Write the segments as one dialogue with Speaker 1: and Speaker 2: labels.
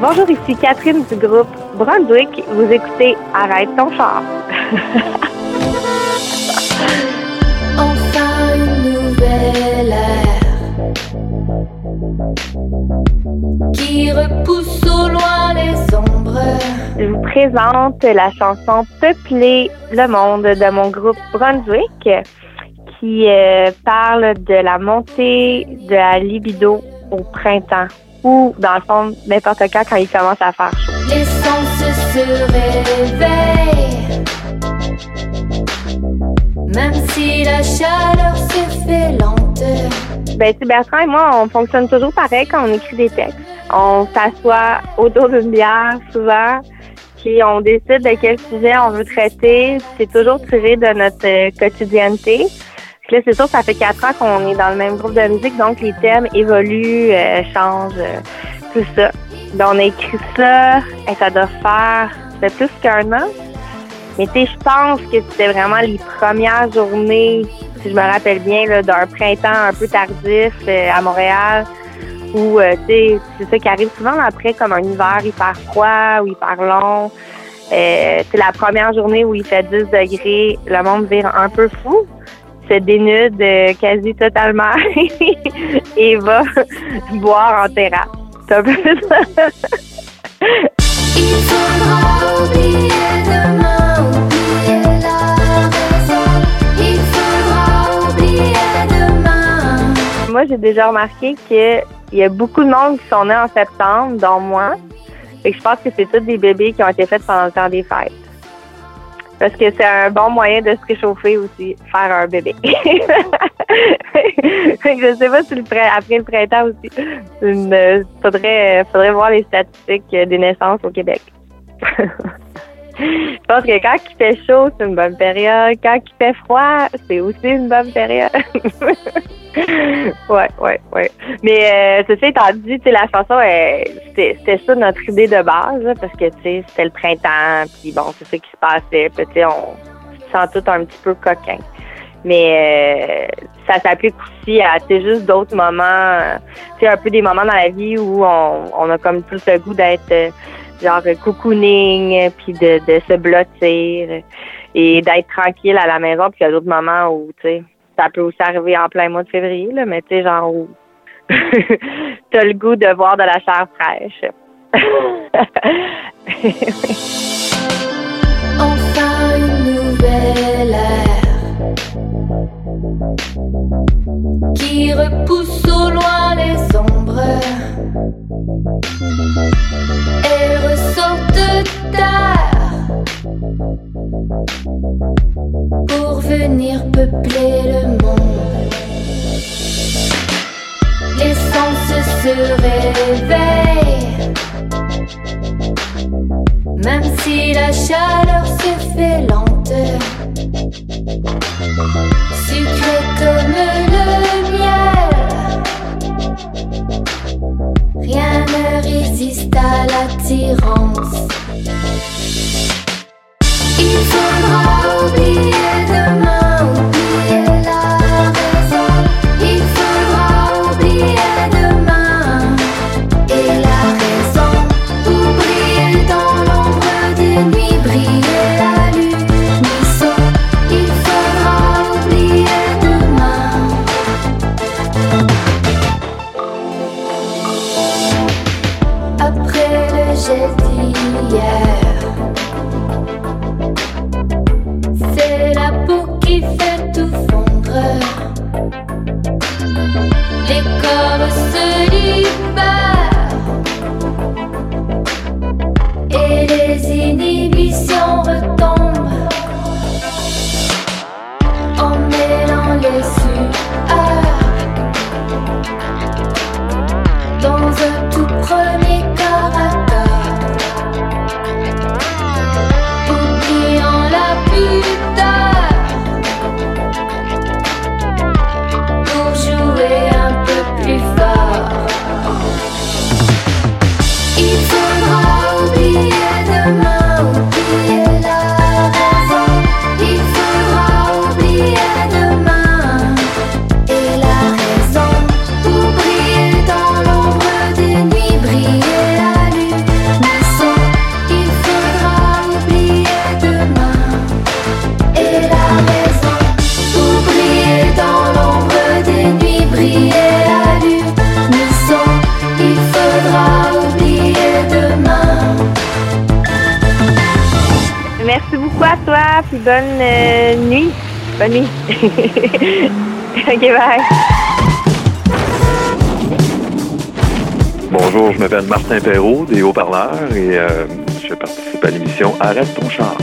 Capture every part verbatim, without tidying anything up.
Speaker 1: Bonjour, ici Catherine du groupe Brunswick. Vous écoutez Arrête ton char.
Speaker 2: Enfin une nouvelle ère qui repousse au loin les ombres.
Speaker 1: Je vous présente la chanson Peupler le monde de mon groupe Brunswick qui euh, parle de la montée de la libido au printemps ou, dans le fond, n'importe quand quand il commence à faire chaud.
Speaker 2: Les sens se réveillent, même si la chaleur se fait lente.
Speaker 1: Ben, tu Bertrand et moi, on fonctionne toujours pareil quand on écrit des textes. On s'assoit autour d'une bière, souvent, puis on décide de quel sujet on veut traiter. C'est toujours tiré de notre euh, quotidienneté. Puis là, c'est sûr, ça fait quatre ans qu'on est dans le même groupe de musique, donc les thèmes évoluent, euh, changent, euh, tout ça. Donc, on a écrit ça, et ça doit faire, ça fait plus qu'un an. Mais tu sais, je pense que c'était vraiment les premières journées, si je me rappelle bien, là, d'un printemps un peu tardif euh, à Montréal, où, euh, tu sais, c'est ça qui arrive souvent après, comme un hiver hyper froid ou hyper long. Euh, c'est la première journée où il fait dix degrés, le monde vire un peu fou, se dénude euh, quasi totalement et va boire en terrasse. C'est un peu ça.
Speaker 2: Il faudra oublier demain, oublier la raison. Il faudra oublier demain.
Speaker 1: Moi, j'ai déjà remarqué qu'il y a beaucoup de monde qui sont nés en septembre, dont moi. Fait que je pense que c'est tous des bébés qui ont été faits pendant le temps des fêtes. Parce que c'est un bon moyen de se réchauffer aussi, faire un bébé. Je sais pas si le pr- après le printemps aussi, il faudrait, faudrait voir les statistiques des naissances au Québec. Je pense que quand il fait chaud, c'est une bonne période. Quand il fait froid, c'est aussi une bonne période. ouais, ouais, ouais. Mais euh, ceci étant dit, tu sais, la chanson, euh, c'était, c'était ça notre idée de base, là, parce que tu sais, c'était le printemps, puis bon, c'est ça qui se passait. Puis tu sais, on se sent tout un petit peu coquin. Mais euh, ça s'applique aussi à, tu sais, juste d'autres moments, tu sais, un peu des moments dans la vie où on, on a comme plus le goût d'être euh, genre cocooning, puis de, de se blottir et d'être tranquille à la maison. Puis il y a d'autres moments où, tu sais, ça peut aussi arriver en plein mois de février, là, mais tu sais, genre où t'as le goût de boire de la chair fraîche.
Speaker 2: Enfin une nouvelle ère qui repousse au loin les ombres. Elles ressortent tard pour venir peupler le monde. Les sens se réveillent, même si la chaleur se fait lente. Sucré comme le miel, rien ne résiste à l'attirance. Il faudra oublier demain, oublier la raison. Il faudra oublier demain et la raison pour briller dans l'ombre des nuits, briller la lune, ni
Speaker 1: puis bonne euh, nuit. Bonne nuit. OK, bye.
Speaker 3: Bonjour, je m'appelle Martin Perrault, des Haut-Parleurs, et euh, je participe à l'émission Arrête ton char.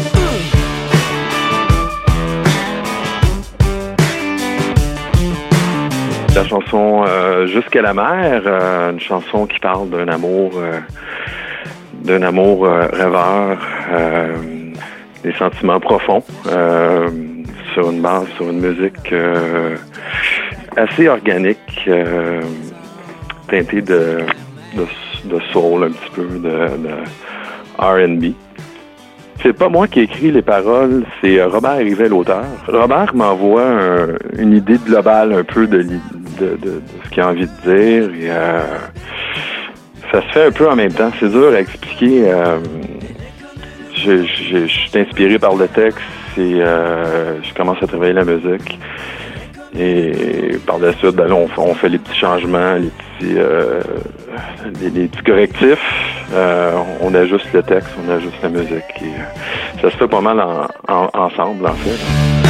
Speaker 3: La chanson euh, Jusqu'à la mer, euh, une chanson qui parle d'un amour, euh, d'un amour euh, rêveur, euh, des sentiments profonds, euh, sur une base, sur une musique euh, assez organique, euh, teintée de, de, de soul un petit peu, de, de R and B. C'est pas moi qui écris les paroles, c'est Robert Rivet, l'auteur. Robert m'envoie un, une idée globale un peu de, de, de, de ce qu'il a envie de dire. Et, euh, ça se fait un peu en même temps. C'est dur à expliquer. Euh, je, je, je suis inspiré par le texte et euh, je commence à travailler la musique. Et par la suite, ben là, on, on fait les petits changements, les petits, euh, les, les petits correctifs. Euh, on ajuste le texte, on ajuste la musique. Et, euh, ça se fait pas mal en, en, ensemble, en fait.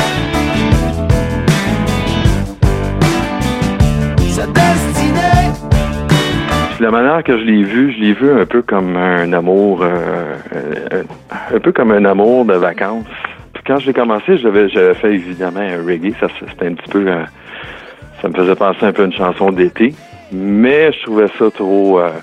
Speaker 3: Sa destinée. La manière que je l'ai vu, je l'ai vu un peu comme un amour, euh, un, un peu comme un amour de vacances. Quand j'ai commencé, j'avais, j'avais fait évidemment un reggae. Ça, c'était un petit peu... Euh, ça me faisait penser un peu à une chanson d'été. Mais je trouvais ça trop... Euh,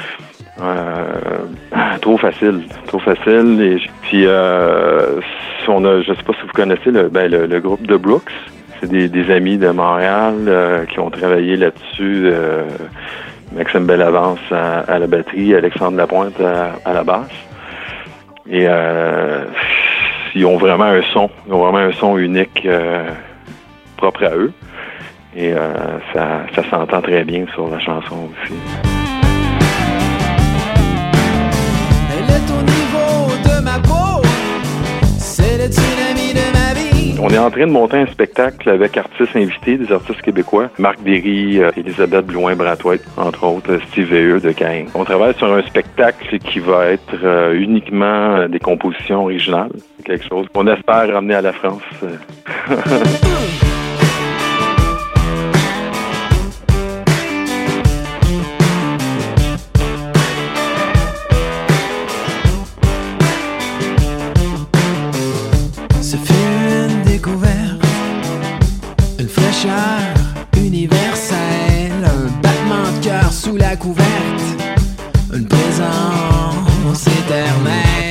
Speaker 3: euh, trop facile. Trop facile. Et puis, euh, on a, je sais pas si vous connaissez le, ben, le, le groupe The Brooks. C'est des, des amis de Montréal euh, qui ont travaillé là-dessus. Euh, Maxime Bellavance à, à la batterie, Alexandre Lapointe à, à la basse. Et... Euh, Ils ont vraiment un son, ils ont vraiment un son unique, euh, propre à eux. Et euh, ça, ça s'entend très bien sur la chanson aussi. Elle est au niveau de ma peau, c'est le tsunami de ma vie. On est en train de monter un spectacle avec artistes invités, des artistes québécois. Marc Derry, euh, Elisabeth Blouin-Brathwaite, entre autres, Steve V E de Caïn. On travaille sur un spectacle qui va être euh, uniquement des compositions originales. Quelque chose qu'on espère ramener à la France.
Speaker 4: Ce fut une découverte, une fraîcheur universelle, un battement de cœur sous la couverte, une présence éternelle.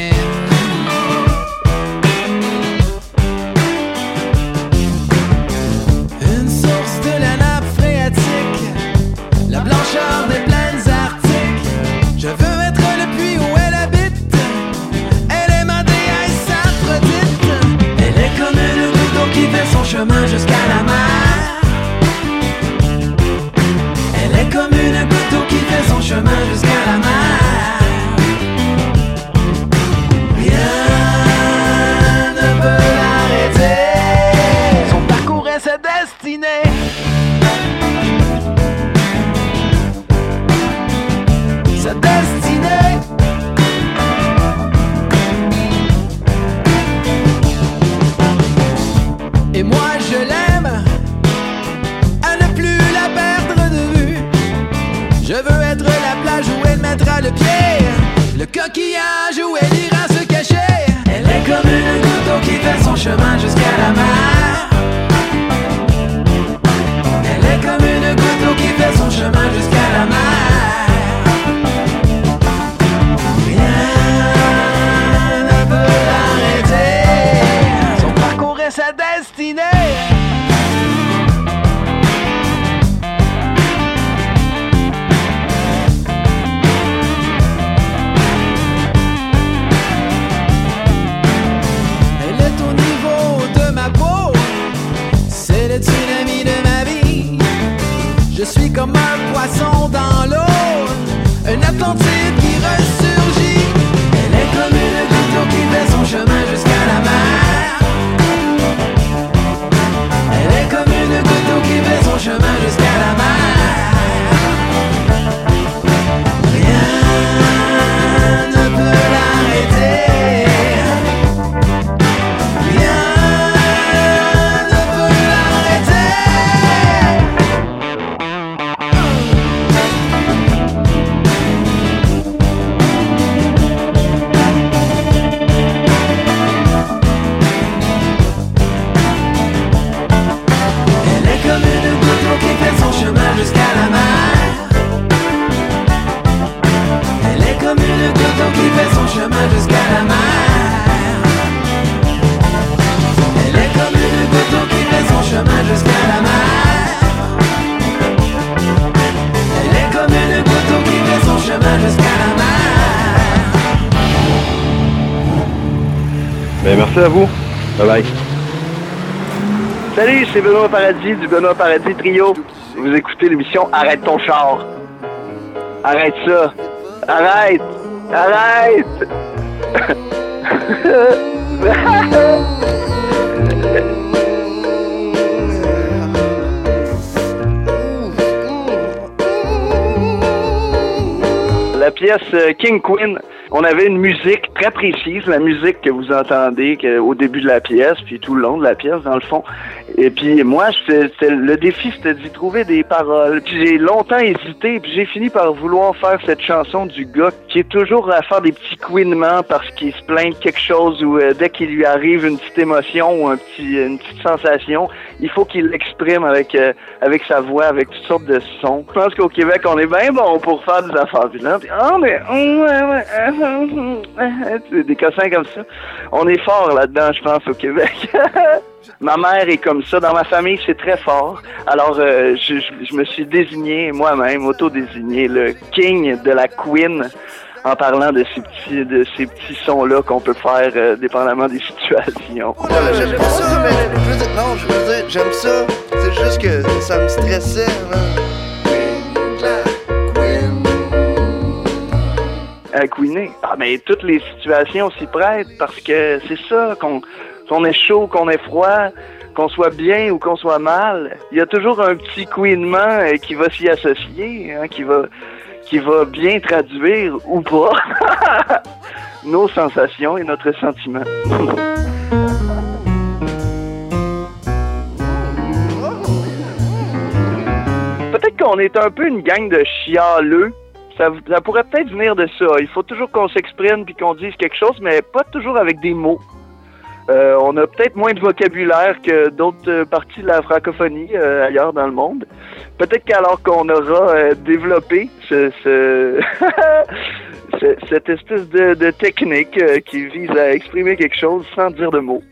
Speaker 4: Des plaines arctiques, je veux être le puits où elle habite. Elle est ma déesse Aphrodite. Elle est comme une goutte d'eau qui fait son chemin jusqu'à la mer. Elle est comme une goutte d'eau qui fait son chemin jusqu'à la mer. Rien ne peut l'arrêter. Son parcours est sa destinée. Sa destinée. Et moi je l'aime, à ne plus la perdre de vue. Je veux être la plage où elle mettra le pied, le coquillage où elle ira se cacher. Elle est comme une goutte d'eau qui fait son chemin jusqu'à la mer. Elle est comme une goutte d'eau qui fait son chemin jusqu'à la mer. Sa destinée. Elle est au niveau de ma peau, c'est le tsunami de ma vie. Je suis comme un poisson dans l'eau, un Atlantide qui ressurgit. Elle est comme une goutte d'eau qui fait son chemin jusqu'à la mer. Une goutte d'eau qui fait son chemin jusqu'à la mer. Rien ne peut l'arrêter. Rien
Speaker 3: Ben, merci à vous. Bye bye.
Speaker 5: Salut, c'est Benoît Paradis du Benoît Paradis Trio. Vous écoutez l'émission Arrête ton char. Arrête ça. Arrête. Arrête. La pièce King Queen, on avait une musique très précise, la musique que vous entendez que, au début de la pièce, puis tout le long de la pièce, dans le fond. Et puis moi, c'était, le défi, c'était d'y trouver des paroles. Puis j'ai longtemps hésité, puis j'ai fini par vouloir faire cette chanson du gars qui est toujours à faire des petits couinements parce qu'il se plaint de quelque chose ou euh, dès qu'il lui arrive une petite émotion ou un petit, une petite sensation, il faut qu'il l'exprime avec, euh, avec sa voix, avec toutes sortes de sons. Je pense qu'au Québec, on est bien bon pour faire des affaires violentes. Ah, mais... des cossins comme ça. On est fort là-dedans, je pense, au Québec. Ma mère est comme ça. Dans ma famille, c'est très fort. Alors, euh, je, je, je me suis désigné moi-même, auto-désigné, le king de la queen, en parlant de ces petits, de ces petits sons-là qu'on peut faire euh, dépendamment des situations.
Speaker 6: Ouais, j'aime pas ça, mais je veux dire, non, je veux dire, j'aime ça. C'est juste que ça me stressait, hein.
Speaker 5: À queener. Ah, mais toutes les situations s'y prêtent parce que c'est ça, qu'on, qu'on est chaud, qu'on est froid, qu'on soit bien ou qu'on soit mal. Il y a toujours un petit queenement euh, qui va s'y associer, hein, qui va, qui va bien traduire ou pas nos sensations et notre sentiment. Peut-être qu'on est un peu une gang de chialeux. Ça, ça pourrait peut-être venir de ça. Il faut toujours qu'on s'exprime puis qu'on dise quelque chose, mais pas toujours avec des mots. Euh, on a peut-être moins de vocabulaire que d'autres euh, parties de la francophonie euh, ailleurs dans le monde. Peut-être qu'alors qu'on aura euh, développé ce, ce ce, cette espèce de, de technique euh, qui vise à exprimer quelque chose sans dire de mots.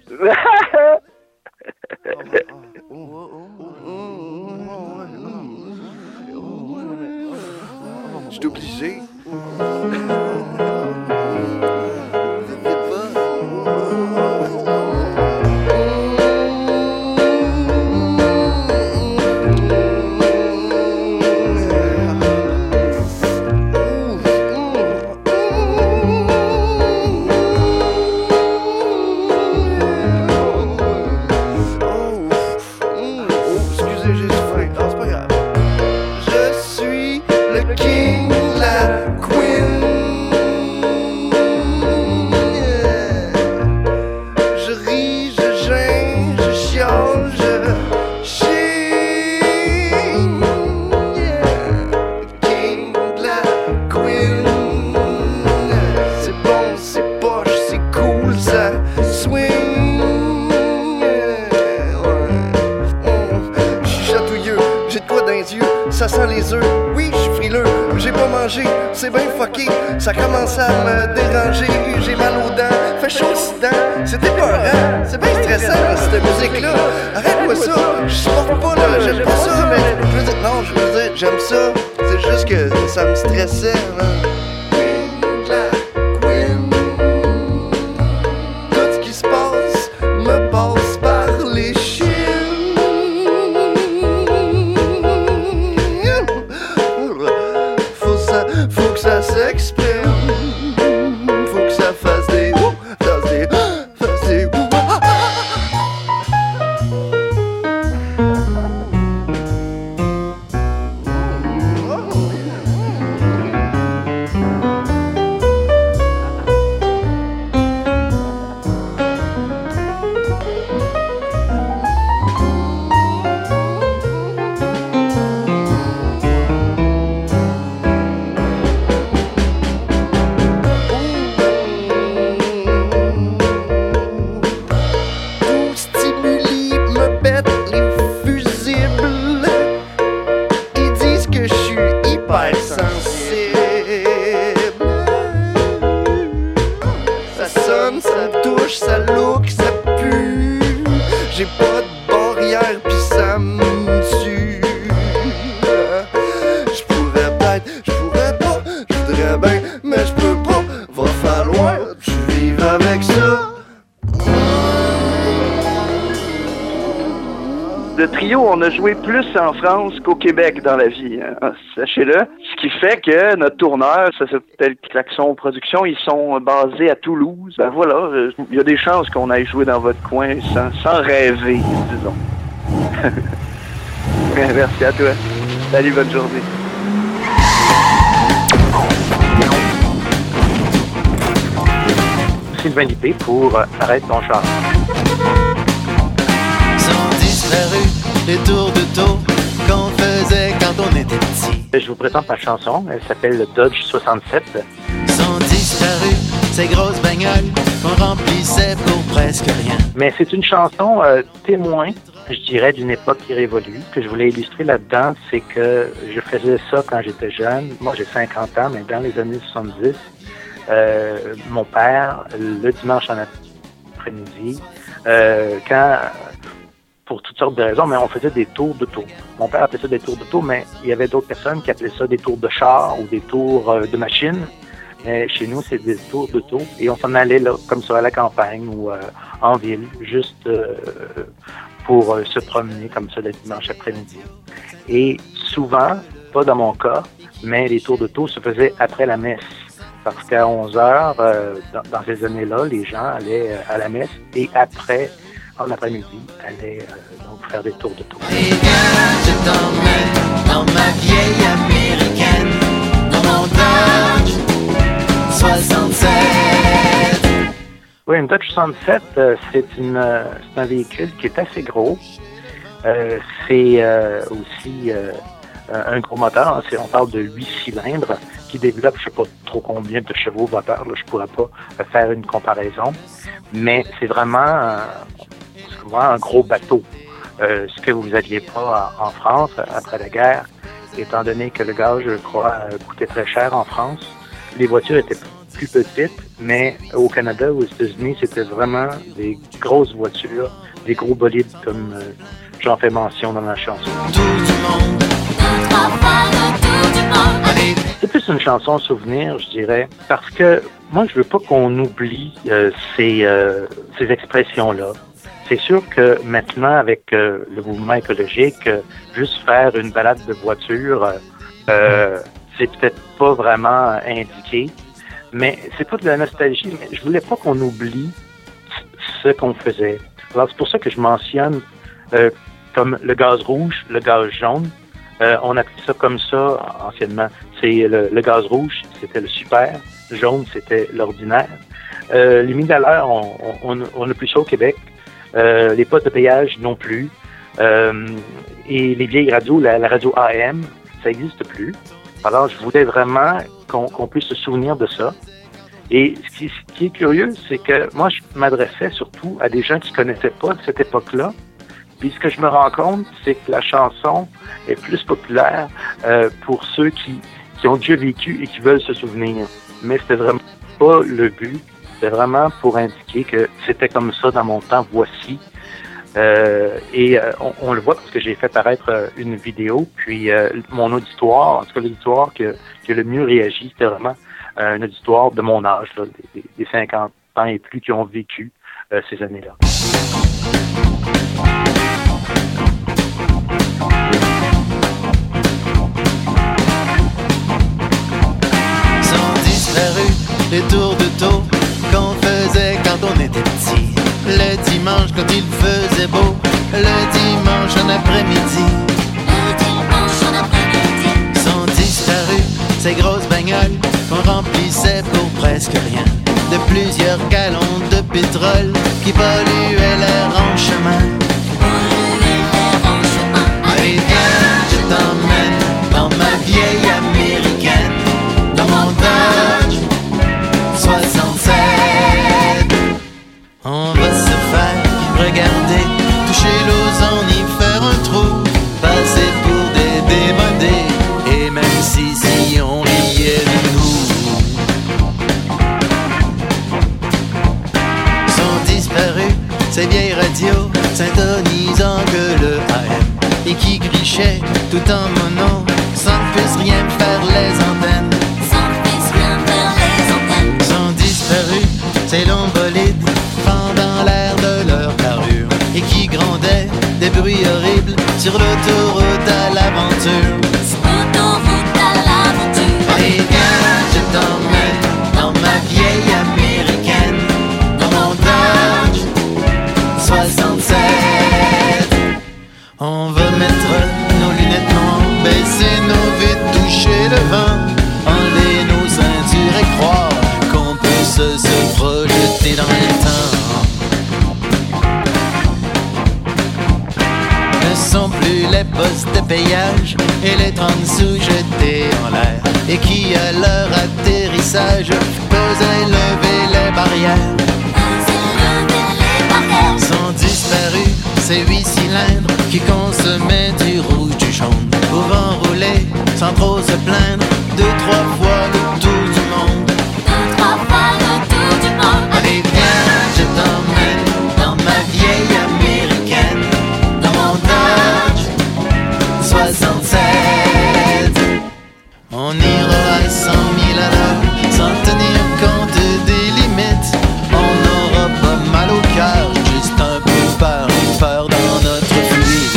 Speaker 6: Je suis obligé. Ça sent les œufs, oui, je suis frileux, j'ai pas mangé, c'est bien fucké, ça commence à me déranger, j'ai mal aux dents, fait chaud aux dents, c'est épeurant, c'est bien stressant, cette musique-là, arrête-moi ça, je supporte pas, là, j'aime pas ça, mais je veux dire, non, je veux dire, j'aime ça, c'est juste que ça me stressait, là. Tout ce qui se passe me passe par les chiens. Faut que ça s'exprime, faut que ça fasse des ouh, fasse des fasse des ouh. Mais je peux pas, va falloir que tu vives avec ça.
Speaker 5: le trio, on a joué plus en France qu'au Québec dans la vie, hein, sachez-le. Ce qui fait que notre tourneur, ça s'appelle Klaxon Productions, ils sont basés à Toulouse. Ben voilà, il y a des chances qu'on aille jouer dans votre coin sans, sans rêver, disons. Merci à toi. Salut, bonne journée.
Speaker 7: Sylvain Lippé pour euh, Arrête ton char.
Speaker 4: Sont disparus les tours de taux qu'on faisait quand on était petit.
Speaker 7: Je vous présente ma chanson, elle s'appelle le Dodge soixante-sept.
Speaker 4: Sont disparus ces grosses bagnoles qu'on remplissait pour presque rien.
Speaker 7: Mais c'est une chanson euh, témoin, je dirais, d'une époque qui révolue. Ce que je voulais illustrer là-dedans, c'est que je faisais ça quand j'étais jeune. Moi, j'ai cinquante ans, mais dans les années soixante-dix, Euh, mon père, le dimanche en après-midi, euh, quand, pour toutes sortes de raisons, mais on faisait des tours d'auto. Mon père appelait ça des tours d'auto, mais il y avait d'autres personnes qui appelaient ça des tours de char ou des tours euh, de machine. Mais chez nous, c'est des tours d'auto. Et on s'en allait là, comme ça, à la campagne ou euh, en ville, juste euh, pour euh, se promener comme ça le dimanche après-midi. Et souvent, pas dans mon cas, mais les tours d'auto se faisaient après la messe. Parce qu'à onze heures, euh, dans, dans ces années-là, les gens allaient euh, à la messe et après, en après-midi, allaient euh, donc faire des tours de tour.
Speaker 4: Et viens, je t'emmène dans ma vieille américaine, dans mon Dodge soixante-sept.
Speaker 7: Oui, une Dodge soixante-sept, euh, c'est, une, euh, c'est un véhicule qui est assez gros. Euh, c'est euh, aussi euh, un gros moteur. Hein, c'est, on parle de huit cylindres qui développe, je ne sais pas trop combien de chevaux moteur, là, je ne pourrais pas euh, faire une comparaison, mais c'est vraiment euh, c'est vraiment un gros bateau. Euh, ce que vous n'aviez pas en, en France après la guerre, étant donné que le gaz, je crois, euh, coûtait très cher en France. Les voitures étaient plus petites, mais au Canada ou aux États-Unis, c'était vraiment des grosses voitures, des gros bolides comme euh, j'en fais mention dans la chanson.
Speaker 4: Tout du monde, tout du monde. Allez.
Speaker 7: C'est plus une chanson souvenir, je dirais, parce que moi, je veux pas qu'on oublie euh, ces, euh, ces expressions-là. C'est sûr que maintenant, avec euh, le mouvement écologique, euh, juste faire une balade de voiture, euh, euh, c'est peut-être pas vraiment indiqué, mais c'est pas de la nostalgie, mais je voulais pas qu'on oublie ce qu'on faisait. Alors, c'est pour ça que je mentionne euh, comme le gaz rouge, le gaz jaune. Euh, on appelait ça comme ça anciennement. C'est le, le gaz rouge, c'était le super. Le jaune, c'était l'ordinaire. Euh, les mille à l'heure, on, on, on a plus ça au Québec. Euh, les postes de péage non plus. Euh, et les vieilles radios, la, la radio A M, ça n'existe plus. Alors, je voulais vraiment qu'on, qu'on puisse se souvenir de ça. Et ce qui, ce qui est curieux, c'est que moi, je m'adressais surtout à des gens qui ne connaissaient pas de cette époque-là. Puis ce que je me rends compte, c'est que la chanson est plus populaire euh, pour ceux qui, qui ont déjà vécu et qui veulent se souvenir. Mais c'était vraiment pas le but. C'était vraiment pour indiquer que c'était comme ça dans mon temps, voici. Euh, et euh, on, on le voit parce que j'ai fait paraître euh, une vidéo, puis euh, mon auditoire, en tout cas l'auditoire qui a le mieux réagi, c'était vraiment euh, un auditoire de mon âge, là, des, des cinquante ans et plus qui ont vécu euh, ces années-là.
Speaker 4: Sont disparus les tours de taux qu'on faisait quand on était petit. Le dimanche quand il faisait beau, le dimanche en après-midi.
Speaker 2: Le dimanche en après-midi.
Speaker 4: Sont disparus ces grosses bagnoles qu'on remplissait pour presque rien. De plusieurs gallons de pétrole qui polluaient l'air en chemin. Allez viens, je t'emmène dans ma vieille américaine, dans mon Dodge soixante-sept. On va se faire regarder, toucher l'ozone, y faire un trou, passer pour des démodés, et même si, si on riait de nous. Sont disparus ces vieilles radios, syntonisant que le A M, et qui grichaient tout en mono, sans ne puisse rien faire les antennes.
Speaker 2: Sans ne puisse rien faire les antennes.
Speaker 4: Sont disparus ces longs bolides, fendant l'air de leur carrure, et qui grondaient des bruits horribles sur l'autoroute à l'aventure.
Speaker 2: Sur l'autoroute à l'aventure.
Speaker 4: Allez viens, je t'emmène dans ma vieille américaine, dans mon Dodge soixante-sept. On va mettre nos lunettes noires, baisser nos vitres, toucher le vent, enlever nos ceintures et croire qu'on peut se, se projeter dans le temps. Ne sont plus les postes de payage et les trente sous jetés en l'air, et qui à leur atterrissage faisaient lever les barrières. Sont disparus ces huit cylindres qui consommaient du rouge, du jaune, pouvant rouler sans trop se plaindre, deux, trois fois le tour du monde.
Speaker 2: Deux, trois fois le tour du monde.
Speaker 4: Allez viens, je t'emmène dans ma vieille américaine, dans mon Dodge soixante-sept. On ira à cent mille à l'heure sans tenir compte des limites. On n'aura pas mal au cœur, juste un peu peur, peur dans notre fluide.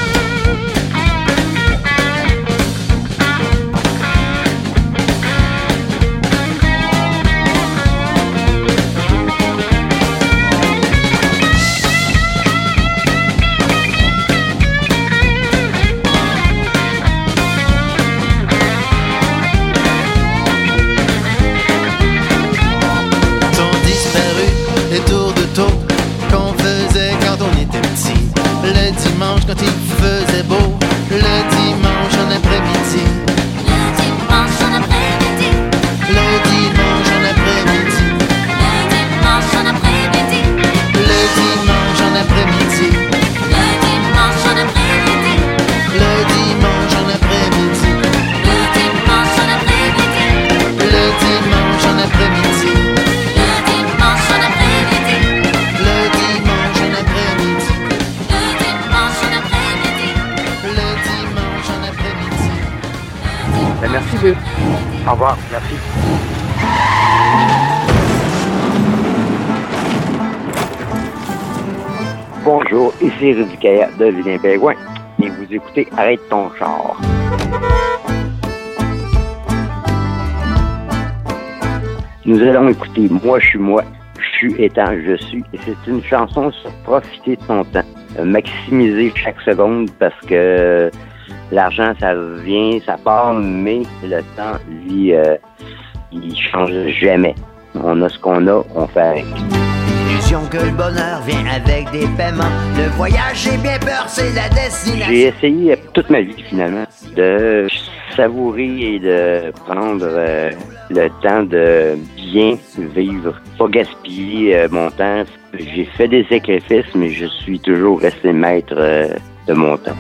Speaker 4: Sont disparus les tours de taux qu'on faisait quand on était petit. Le dimanche quand il faisait beau, le dimanche en après-midi.
Speaker 2: Le dimanche en après-midi.
Speaker 4: Le dimanche en après-midi.
Speaker 2: Le dimanche en après-midi.
Speaker 4: Le dimanche en après-midi.
Speaker 2: Le dimanche en après-midi.
Speaker 4: Le dimanche en après-midi.
Speaker 2: Le dimanche en après-midi.
Speaker 4: Le dimanche en après-midi.
Speaker 2: Le dimanche en après-midi.
Speaker 4: Le dimanche en après-midi.
Speaker 2: Le dimanche en après-midi.
Speaker 4: Le dimanche en après-midi.
Speaker 7: Ben, merci, Luc. Au revoir. Merci.
Speaker 8: Bonjour, ici Rudy Kaya de Vilain-Pingouin et vous écoutez Arrête ton char. Nous allons écouter Moi je suis moi, je suis étant je suis, et c'est une chanson sur profiter de son temps, euh, maximiser chaque seconde parce que l'argent ça vient, ça part, mais le temps lui euh, il change jamais. On a ce qu'on a, on fait avec.
Speaker 9: Illusion que le bonheur vient avec des paiements. Le voyage, j'ai bien peur, c'est la destination.
Speaker 8: J'ai essayé toute ma vie, finalement, de savourer et de prendre euh, le temps de bien vivre, pas gaspiller euh, mon temps. J'ai fait des sacrifices, mais je suis toujours resté maître euh, de mon temps.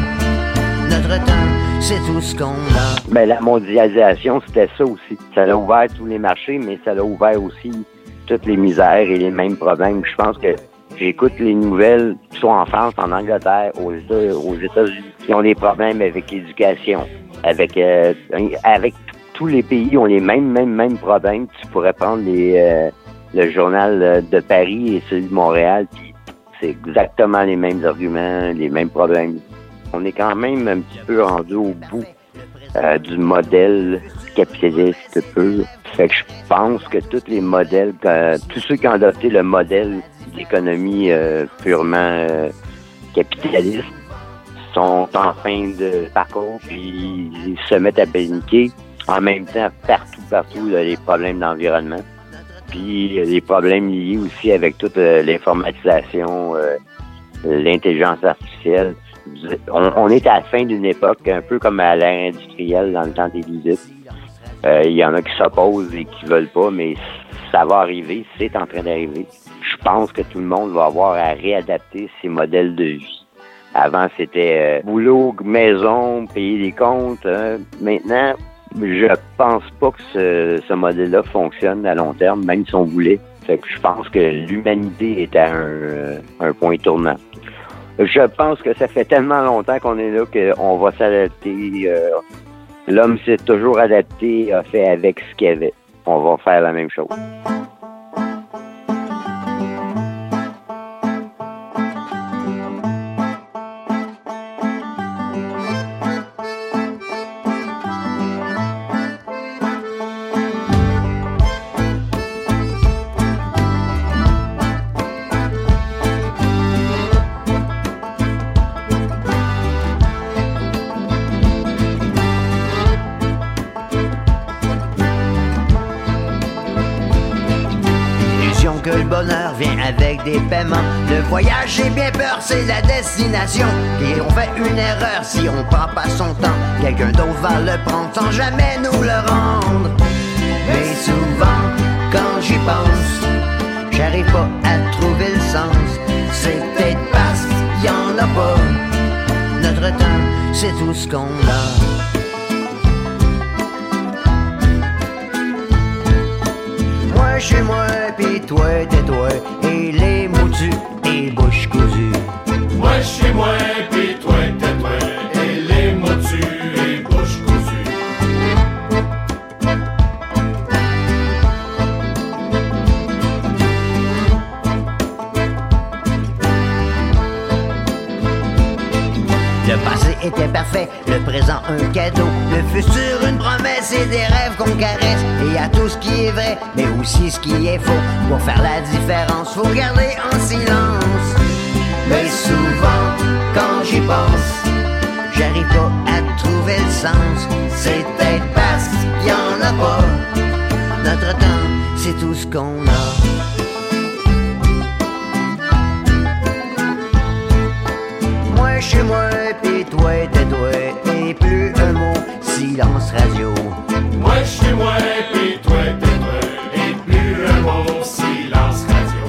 Speaker 9: Notre temps, c'est tout ce qu'on a.
Speaker 8: Ben, la mondialisation, c'était ça aussi. Ça a ouvert tous les marchés, mais ça a ouvert aussi toutes les misères et les mêmes problèmes. Je pense que j'écoute les nouvelles, soit en France, en Angleterre, aux, États, aux États-Unis, qui ont des problèmes avec l'éducation, avec euh, avec tous les pays ont les mêmes, mêmes, mêmes problèmes. Tu pourrais prendre les, euh, le journal de Paris et celui de Montréal, puis c'est exactement les mêmes arguments, les mêmes problèmes. On est quand même un petit peu rendu au bout euh, du modèle capitaliste pur. Fait que je pense que tous les modèles, euh, tous ceux qui ont adopté le modèle d'économie euh, purement euh, capitaliste sont en fin de parcours, puis ils se mettent à paniquer. En même temps, partout, partout, il y a des problèmes d'environnement. Puis il y a des problèmes liés aussi avec toute euh, l'informatisation, euh, l'intelligence artificielle. On, on est à la fin d'une époque, un peu comme à l'ère industrielle dans le temps des visites. Euh, il y en a qui s'opposent et qui veulent pas, mais ça va arriver, c'est en train d'arriver. Je pense que tout le monde va avoir à réadapter ses modèles de vie. Avant, c'était euh, boulot, maison, payer les comptes. Hein. Maintenant, je pense pas que ce, ce modèle-là fonctionne à long terme, même si on voulait. Fait que je pense que l'humanité est à un, euh, un point tournant. Je pense que ça fait tellement longtemps qu'on est là qu'on va s'adapter. Euh, L'homme s'est toujours adapté, a fait avec ce qu'il y avait. On va faire la même chose.
Speaker 9: bonheur vient avec des paiements. Le voyage, j'ai bien peur, c'est la destination. Et on fait une erreur si on prend pas son temps. Quelqu'un d'autre va le prendre sans jamais nous le rendre. Mais souvent, quand j'y pense, j'arrive pas à trouver le sens. C'est peut-être parce qu'il y en a pas. Notre temps, c'est tout ce qu'on a. Moi, je suis moi, pis toi, t'es toi. Et les mots tu et bouche cousue.
Speaker 10: Moi, je suis moi, pis toi, t'es toi. Et les mots tu et bouche cousue.
Speaker 9: Le passé était parfait, le présent un cadeau, le futur une promesse et des rêves qu'on caresse. Et à tout ce qui est vrai, mais aussi ce qui est faux. Pour faire la différence, faut garder en silence. Mais souvent, quand j'y pense, j'arrive pas à trouver le sens. C'est peut-être parce qu'il y en a pas. Notre temps, c'est tout ce qu'on a. Moi, je suis moi, pis toi, t'es toi. Et plus un mot, silence radio.
Speaker 10: Moi, je suis moi, pis toi, t'es toi. Et plus un mot, silence radio.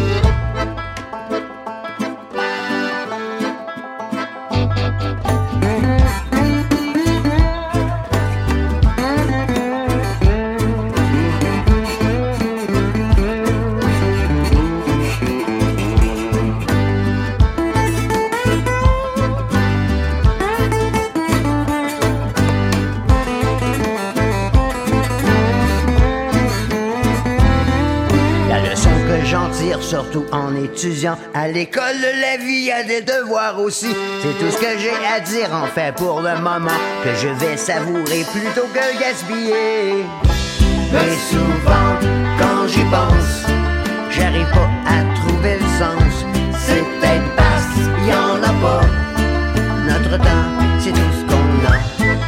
Speaker 9: J'en tire surtout en étudiant. À l'école de la vie, y a des devoirs aussi. C'est tout ce que j'ai à dire en fait pour le moment, que je vais savourer plutôt que gaspiller. Mais souvent, quand j'y pense, j'arrive pas à trouver le sens. C'est peut-être parce qu'il y en a pas. Notre temps, c'est tout ce qu'on a.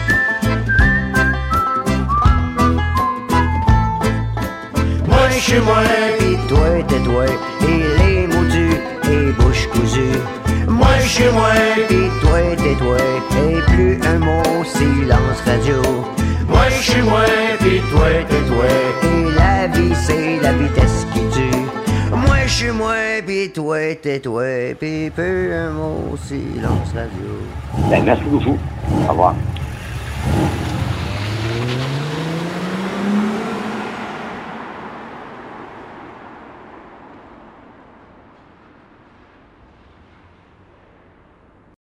Speaker 9: Moi, je suis moi, pis toi, t'es toi. Et les mots tu et bouche cousue. Moi, je suis moi, pis toi, t'es toi. Et plus un mot, silence radio. Moi, je suis moi, pis toi, t'es toi. Et la vie, c'est la vitesse qui tue. Moi, je suis moi, pis toi, t'es toi. Pis plus un mot, silence radio.
Speaker 8: Ben, merci beaucoup. Au revoir.